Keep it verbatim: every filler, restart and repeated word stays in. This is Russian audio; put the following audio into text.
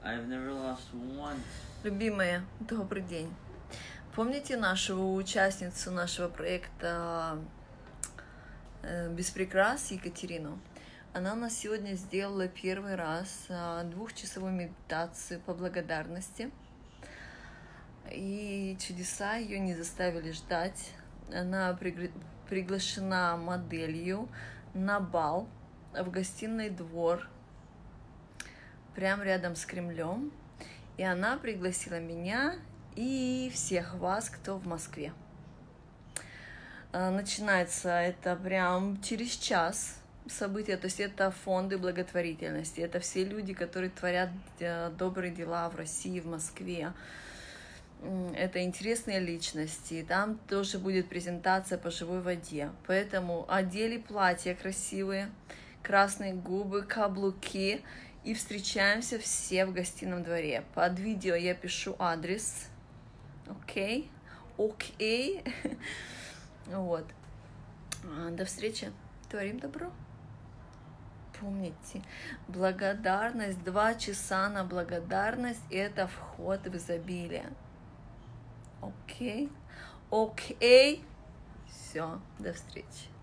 I've never lost once. Любимая, добрый день. Помните нашу участницу нашего проекта «Без прикрас» Екатерину? Она у нас сегодня сделала первый раз двухчасовую медитацию по благодарности. И чудеса ее не заставили ждать. Она пригла- приглашена моделью на бал в гостиный двор, прямо рядом с Кремлем. И она пригласила меня и всех вас, кто в Москве. Начинается это прям через час события, то есть это фонды благотворительности, это все люди, которые творят добрые дела в России, в Москве. Это интересные личности, там тоже будет презентация по живой воде, поэтому одели платья красивые, красные губы, каблуки, и встречаемся все в гостином дворе. Под видео я пишу адрес, окей, окей, вот, до встречи, творим добро. Помните, благодарность, два часа на благодарность – это вход в изобилие. Окей, окей, все, до встречи.